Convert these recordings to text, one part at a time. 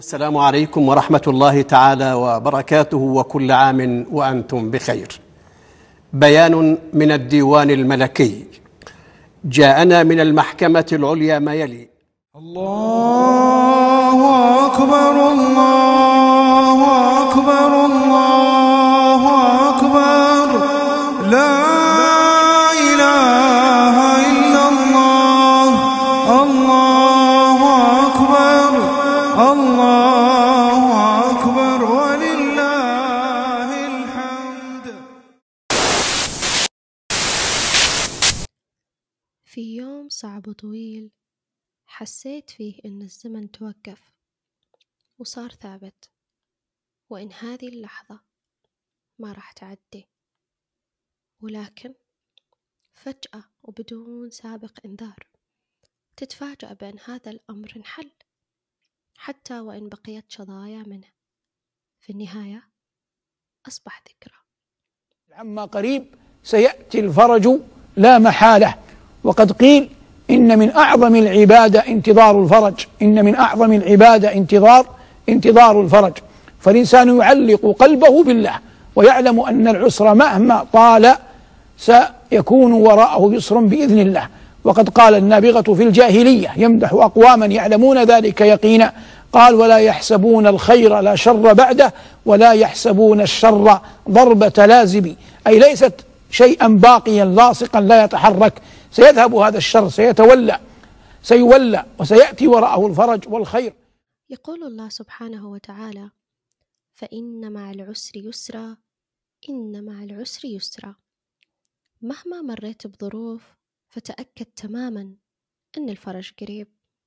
السلام عليكم ورحمة الله تعالى وبركاته، وكل عام وأنتم بخير. بيان من الديوان الملكي جاءنا من المحكمة العليا ما يلي: الله أكبر الله أكبر الله أكبر، لا إله إلا الله. الله أكبر الله أكبر ولله الحمد. في يوم صعب وطويل حسيت فيه إن الزمن توقف وصار ثابت، وإن هذه اللحظة ما راح تعدي، ولكن فجأة وبدون سابق إنذار تتفاجأ بأن هذا الأمر انحل، حتى وإن بقيت شظايا منه. في النهاية أصبح ذكرى. عما قريب سيأتي الفرج لا محالة، وقد قيل إن من أعظم العبادة انتظار الفرج، إن من أعظم العبادة انتظار الفرج. فالإنسان يعلق قلبه بالله ويعلم أن العسر مهما طال سيكون وراءه يسر بإذن الله. وقد قال النابغة في الجاهلية يمدح أقواما يعلمون ذلك يقينا، قال: ولا يحسبون الخير لا شر بعده، ولا يحسبون الشر ضربة لازم، أي ليست شيئا باقيا لاصقا لا يتحرك، سيذهب هذا الشر، سيولى وسيأتي وراءه الفرج والخير. يقول الله سبحانه وتعالى: فإن مع العسر يسرا، إن مع العسر يسرا. مهما مريت بظروف فتأكد تماما أن الفرج قريب.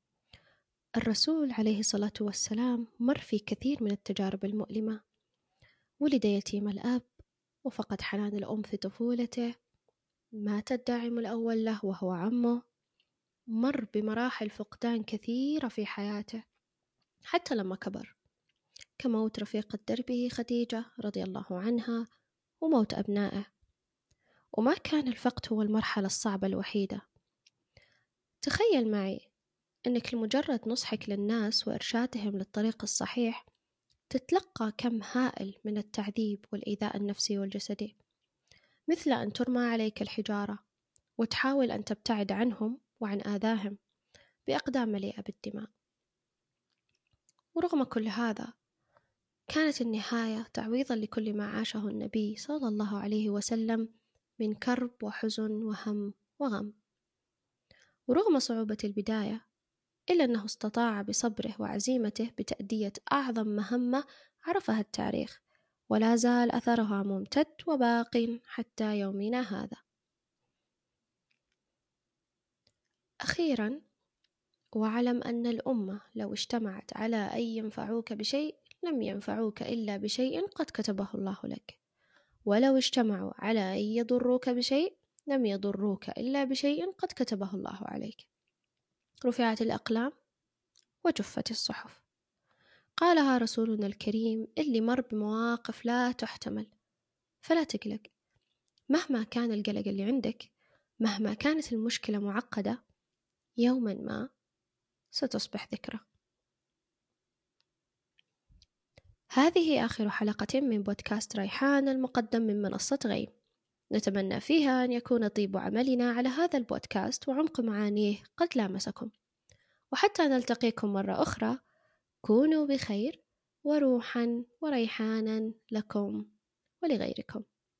الرسول عليه الصلاة والسلام مر في كثير من التجارب المؤلمة، ولد يتيم الأب وفقد حنان الأم في طفولته، مات الداعم الأول له وهو عمه، مر بمراحل فقدان كثيرة في حياته حتى لما كبر، كموت رفيقة دربه خديجة رضي الله عنها وموت أبنائه. وما كان الفقد هو المرحلة الصعبة الوحيدة. تخيل معي أنك لمجرد نصحك للناس وإرشادهم للطريق الصحيح تتلقى كم هائل من التعذيب والإيذاء النفسي والجسدي، مثل أن ترمى عليك الحجارة وتحاول أن تبتعد عنهم وعن آذاهم بأقدام مليئة بالدماء. ورغم كل هذا كانت النهاية تعويضا لكل ما عاشه النبي صلى الله عليه وسلم من كرب وحزن وهم وغم. ورغم صعوبة البداية إلا أنه استطاع بصبره وعزيمته بتأدية أعظم مهمة عرفها التاريخ، ولا زال أثرها ممتد وباق حتى يومنا هذا. أخيرا، واعلم أن الأمة لو اجتمعت على أن ينفعوك بشيء لم ينفعوك إلا بشيء قد كتبه الله لك، ولو اجتمعوا على أن يضروك بشيء لم يضروك إلا بشيء قد كتبه الله عليك. رفعت الأقلام وجفت الصحف. قالها رسولنا الكريم اللي مر بمواقف لا تحتمل. فلا تقلق، مهما كان القلق اللي عندك، مهما كانت المشكلة معقدة، يوما ما ستصبح ذكرى. هذه آخر حلقة من بودكاست ريحان المقدم من منصة غيم. نتمنى فيها أن يكون طيب عملنا على هذا البودكاست وعمق معانيه قد لامسكم. وحتى نلتقيكم مرة أخرى، كونوا بخير، وروحا وريحانا لكم ولغيركم.